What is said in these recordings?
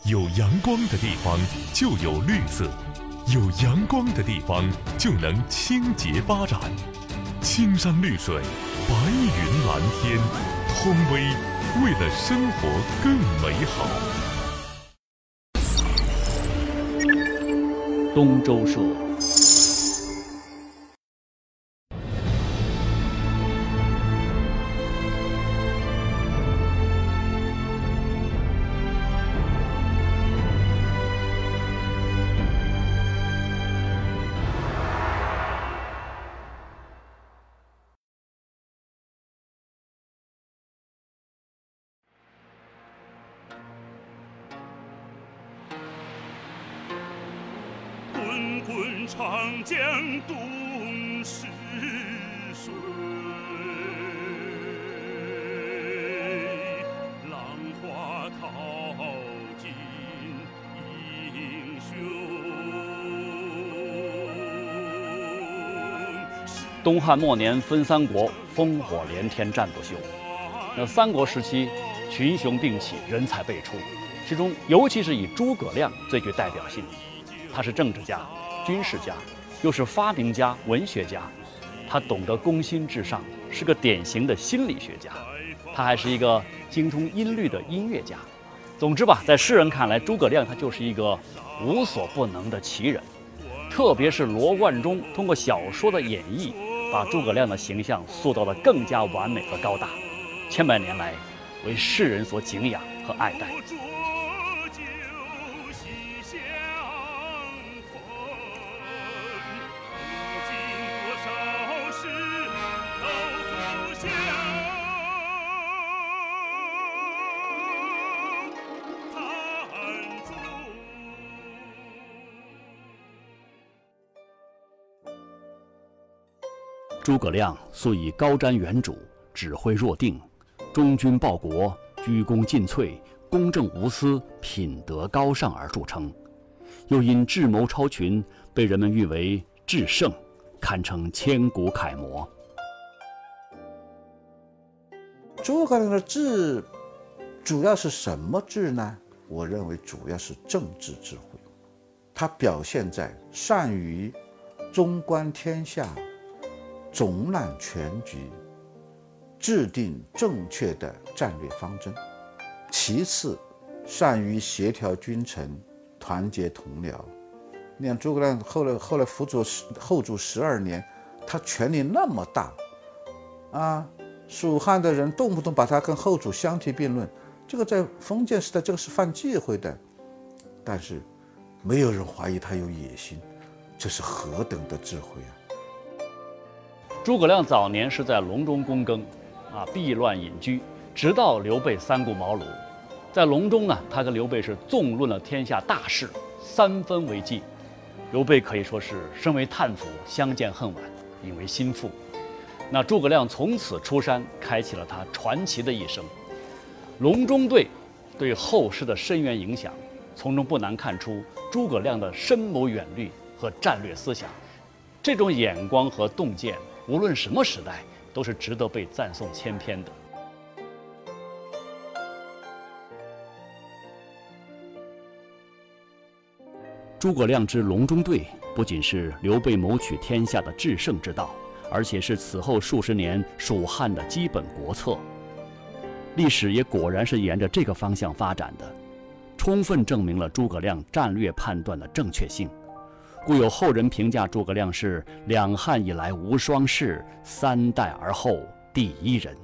有阳光的地方就有绿色，有阳光的地方就能清洁发展。青山绿水，白云蓝天，通威为了生活更美好。 东周社。 滚滚长江东逝水，浪花淘尽英雄。 东汉末年分三国，烽火连天，战不休。那三国时期，群雄并起，人才辈出，其中尤其是以诸葛亮最具代表性。他是政治家、军事家，又是发明家、文学家。他懂得攻心至上，是个典型的心理学家。他还是一个精通音律的音乐家。总之吧，在世人看来，诸葛亮他就是一个无所不能的奇人。特别是罗贯中通过小说的演绎，把诸葛亮的形象塑造得更加完美和高大，千百年来为世人所敬仰和爱戴。诸葛亮素以高瞻远瞩、指挥若定、忠君报国、鞠躬尽瘁、公正无私、品德高尚而著称，又因智谋超群，被人们誉为智圣，堪称千古楷模。 诸葛亮的智主要是什么智呢？我认为主要是政治智慧，他表现在善于纵观天下、总揽全局，制定正确的战略方针。其次，善于协调君臣，团结同僚。你看诸葛亮后来辅佐后主12年，他权力那么大啊，蜀汉的人动不动把他跟后主相提并论，这个在封建时代这个是犯忌讳的，但是没有人怀疑他有野心，这是何等的智慧啊！ 诸葛亮早年是在隆中躬耕，避乱隐居，直到刘备三顾茅庐。在隆中呢，他跟刘备是纵论了天下大事，三分为计。刘备可以说是身为探夫，相见恨晚，引为心腹。那诸葛亮从此出山，开启了他传奇的一生。隆中对后世的深远影响，从中不难看出诸葛亮的深谋远虑和战略思想。这种眼光和洞见，无论什么时代，都是值得被赞颂千篇的。诸葛亮之隆中对，不仅是刘备谋取天下的制胜之道，而且是此后数十年蜀汉的基本国策。历史也果然是沿着这个方向发展的，充分证明了诸葛亮战略判断的正确性。故有后人评价诸葛亮是两汉以来无双士，3代而后第一人。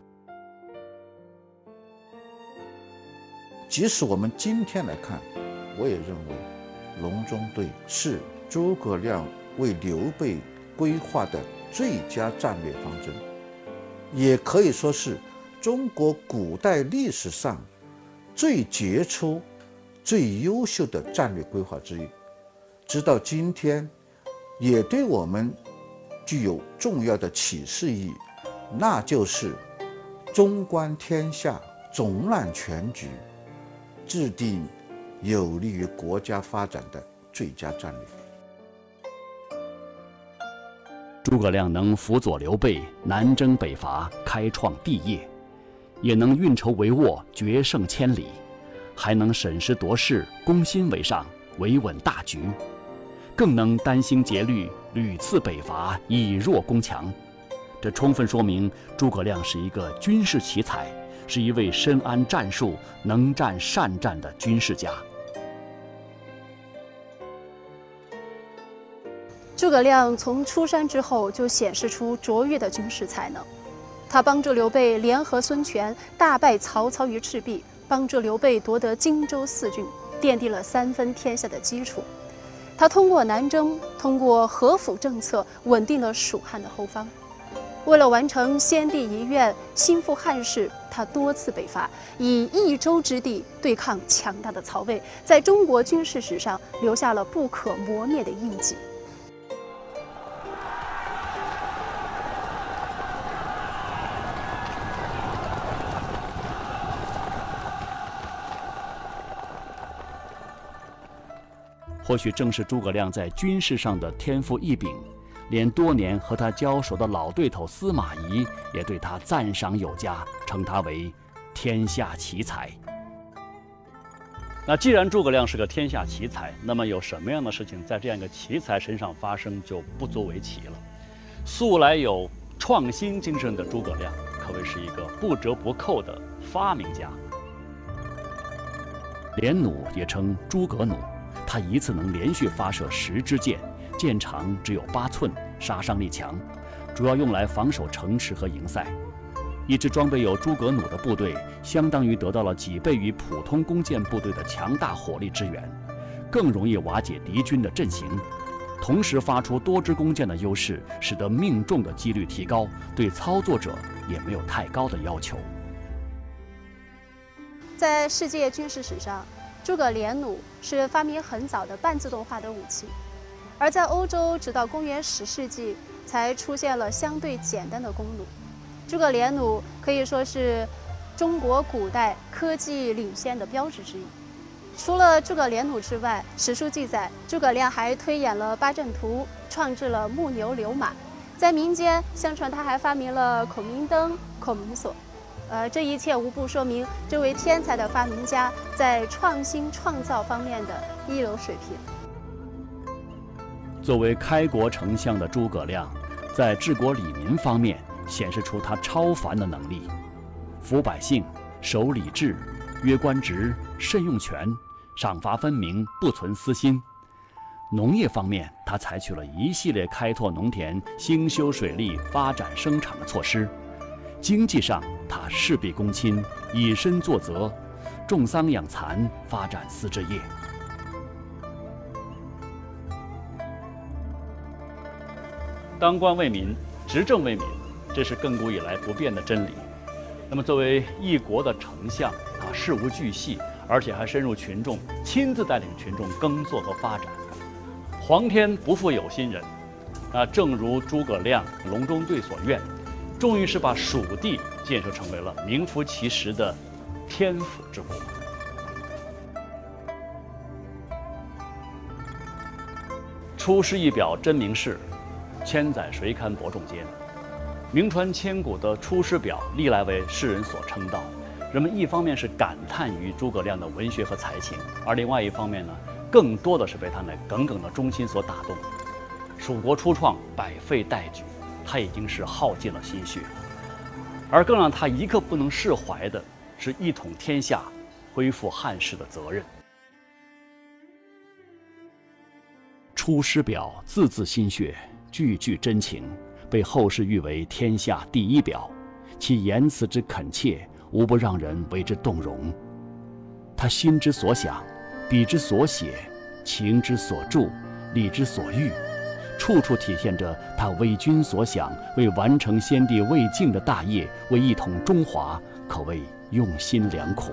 即使我们今天来看，我也认为隆中对是诸葛亮为刘备规划的最佳战略方针，也可以说是中国古代历史上最杰出、最优秀的战略规划之一。直到今天，也对我们具有重要的启示意义，那就是纵观天下、总揽全局，制定有利于国家发展的最佳战略。 诸葛亮能辅佐刘备南征北伐，开创帝业，也能运筹帷幄，决胜千里， 还能审时度势，攻心为上，维稳大局，更能殚心竭虑，屡次北伐，以弱攻强。这充分说明诸葛亮是一个军事奇才，是一位深谙战术、能战善战的军事家。 诸葛亮从出山之后就显示出卓越的军事才能，他帮助刘备联合孙权，大败曹操于赤壁，帮助刘备夺得荆州4郡，奠定了3分天下的基础。他通过南征，通过和府政策，稳定了蜀汉的后方。为了完成先帝遗愿，兴复汉室，他多次北伐，以益州之地对抗强大的曹魏，在中国军事史上留下了不可磨灭的印记。 或许正是诸葛亮在军事上的天赋异禀，连多年和他交手的老对头司马懿也对他赞赏有加，称他为天下奇才。那既然诸葛亮是个天下奇才，那么有什么样的事情在这样一个奇才身上发生就不足为奇了。素来有创新精神的诸葛亮，可谓是一个不折不扣的发明家。连弩也称诸葛弩，他一次能连续发射10支箭，箭长只有8寸，杀伤力强，主要用来防守城池和营塞。一支装备有诸葛弩的部队，相当于得到了几倍于普通弓箭部队的强大火力支援，更容易瓦解敌军的阵型。同时发出多支弓箭的优势，使得命中的几率提高，对操作者也没有太高的要求。 在世界军事史上，诸葛连弩是发明很早的半自动化的武器，而在欧洲，直到公元10世纪才出现了相对简单的弓弩。诸葛连弩可以说是中国古代科技领先的标志之一。除了诸葛连弩之外，史书记载，诸葛亮还推演了八阵图，创制了木牛流马。在民间，相传他还发明了孔明灯、孔明锁。这一切无不说明这位天才的发明家在创新创造方面的一流水平。 作为开国丞相的诸葛亮，在治国理民方面显示出他超凡的能力，抚百姓，守礼制，约官职，慎用权，赏罚分明，不存私心。农业方面，他采取了一系列开拓农田、兴修水利、发展生产的措施。经济上，他事必躬亲，以身作则，种桑养蚕，发展丝织业。当官为民，执政为民，这是亘古以来不变的真理。那么，作为一国的丞相，他事无巨细，而且还深入群众，亲自带领群众耕作和发展。皇天不负有心人，正如诸葛亮隆中对所愿，终于是把蜀地建设成为了名副其实的天府之国。出师一表真名士，千载谁堪伯仲间。名传千古的《出师表》历来为世人所称道，人们一方面是感叹于诸葛亮的文学和才情，而另外一方面呢，更多的是被他那耿耿的忠心所打动。蜀国初创，百废待举，他已经是耗尽了心血，而更让他一刻不能释怀的是一统天下、恢复汉室的责任。《出师表》字字心血，句句真情，被后世誉为天下第一表，其言辞之恳切，无不让人为之动容。他心之所想，笔之所写，情之所著，理之所欲，处处体现着他为君所想，为完成先帝未竟的大业，为一统中华，可谓用心良苦。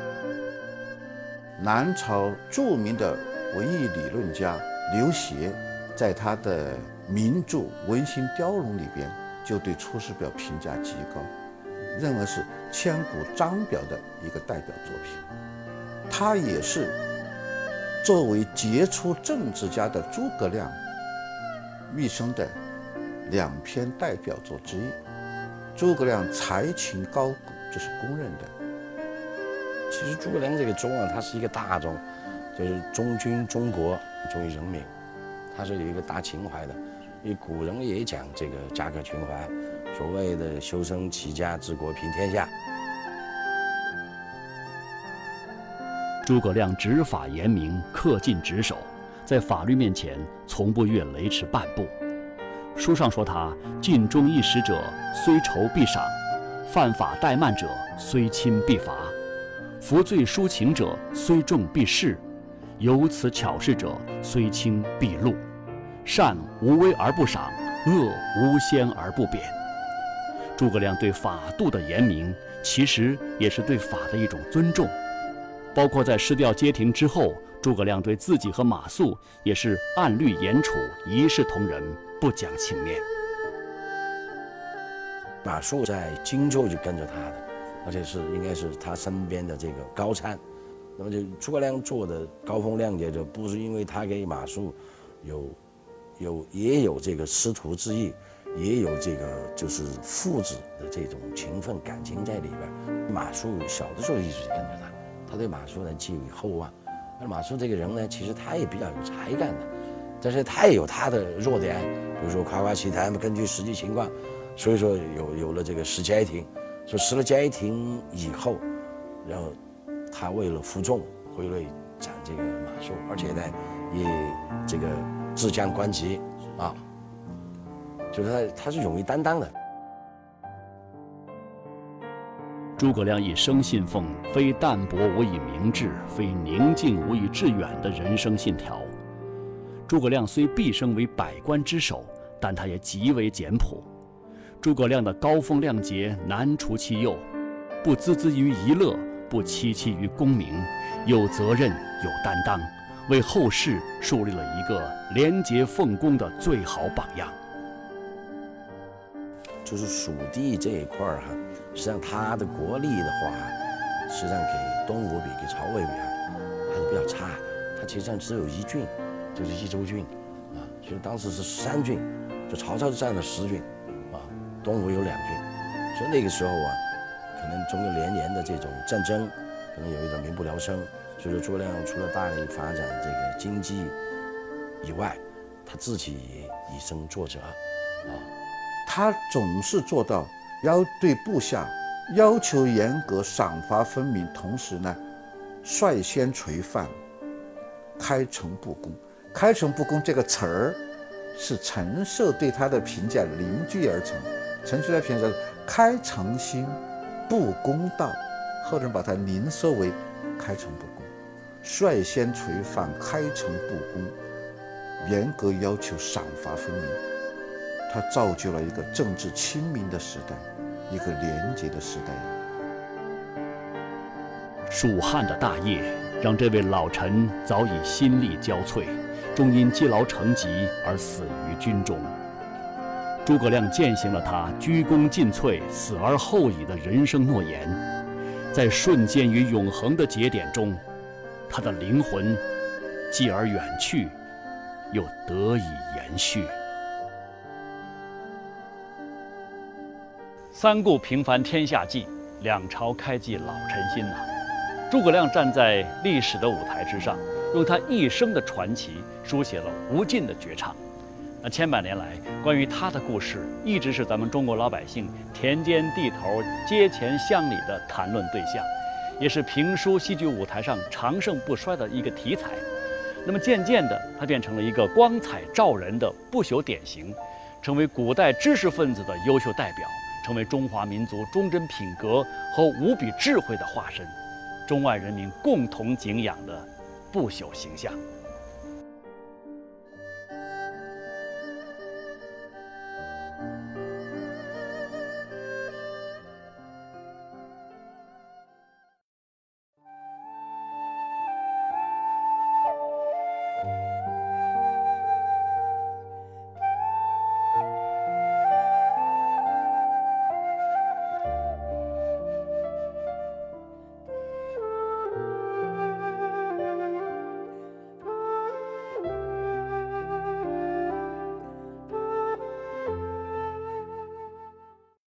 南朝著名的文艺理论家刘勰在他的名著《文心雕龙》里边，就对《出师表》评价极高，认为是千古章表的一个代表作品。他也是作为杰出政治家的诸葛亮毕生的2篇代表作之一。诸葛亮才情高古，这是公认的。 其实诸葛亮这个忠啊，它是一个大忠，就是忠君忠国忠于人民，它是有一个大情怀的。因为古人也讲这个家国情怀，所谓的修身齐家治国平天下。 诸葛亮执法严明，恪尽职守，在法律面前从不越雷池半步。书上说他尽忠一时者，虽仇必赏；犯法怠慢者，虽轻必罚；服罪抒情者，虽重必释；有此巧事者，虽轻必戮。善无威而不赏，恶无先而不贬。诸葛亮对法度的严明，其实也是对法的一种尊重。包括在失掉街亭之后，诸葛亮对自己和马谡也是按律严处，一视同仁，不讲情面。 马谡在荆州就跟着他的，而且是应该是他身边的这个高参。那么就诸葛亮做的高风亮节，就不是因为他给马谡也有这个师徒之意，也有这个就是父子的这种情分感情在里边。马谡小的时候一直跟着他对马谡呢寄予厚望。而马谡这个人呢，其实他也比较有才干的，但是他也有他的弱点，比如说夸夸其谈，根据实际情况，所以说有了这个失街亭。说失了街亭以后，然后他为了服众，回来斩这个马谡，而且呢也这个自降官级啊，就是他是勇于担当的。 诸葛亮一生信奉非淡泊无以明志，非宁静无以致远的人生信条。诸葛亮虽毕生为百官之首，但他也极为简朴。诸葛亮的高风亮节难除其右，不孜孜于逸乐，不戚戚于功名，有责任有担当，为后世树立了一个廉洁奉公的最好榜样。 就是蜀地这一块儿哈，实际上它的国力的话，实际上给东吴比、给曹魏比还是比较差的。它其实上只有一郡，就是益州郡，啊，其实当时是13郡，就曹操占了10郡，啊，东吴有2郡，所以那个时候啊，可能中间连年的这种战争，可能有一点民不聊生。所以说诸葛亮除了大力发展这个经济以外，他自己也以身作则，啊。 他总是做到对部下要求严格，赏罚分明，同时呢，率先垂范，开诚布公。开诚布公这个词儿，是陈寿对他的评价凝聚而成。陈寿的评价是开诚心，布公道，后人把它凝缩为开诚布公，率先垂范，开诚布公，严格要求，赏罚分明。它造就了一个政治清明的时代，一个廉洁的时代。 蜀汉的大业让这位老臣早已心力交瘁，终因积劳成疾而死于军中。诸葛亮践行了他鞠躬尽瘁、死而后已的人生诺言，在瞬间与永恒的节点中，他的灵魂继而远去，又得以延续。三顾平凡天下计，两朝开济老臣心呐。诸葛亮站在历史的舞台之上，用他一生的传奇书写了无尽的绝唱。那千百年来，关于他的故事，一直是咱们中国老百姓田间地头、街前巷里的谈论对象，也是评书戏剧舞台上长盛不衰的一个题材。那么渐渐的，它变成了一个光彩照人的不朽典型，成为古代知识分子的优秀代表，成为中华民族忠贞品格和无比智慧的化身，中外人民共同敬仰的不朽形象。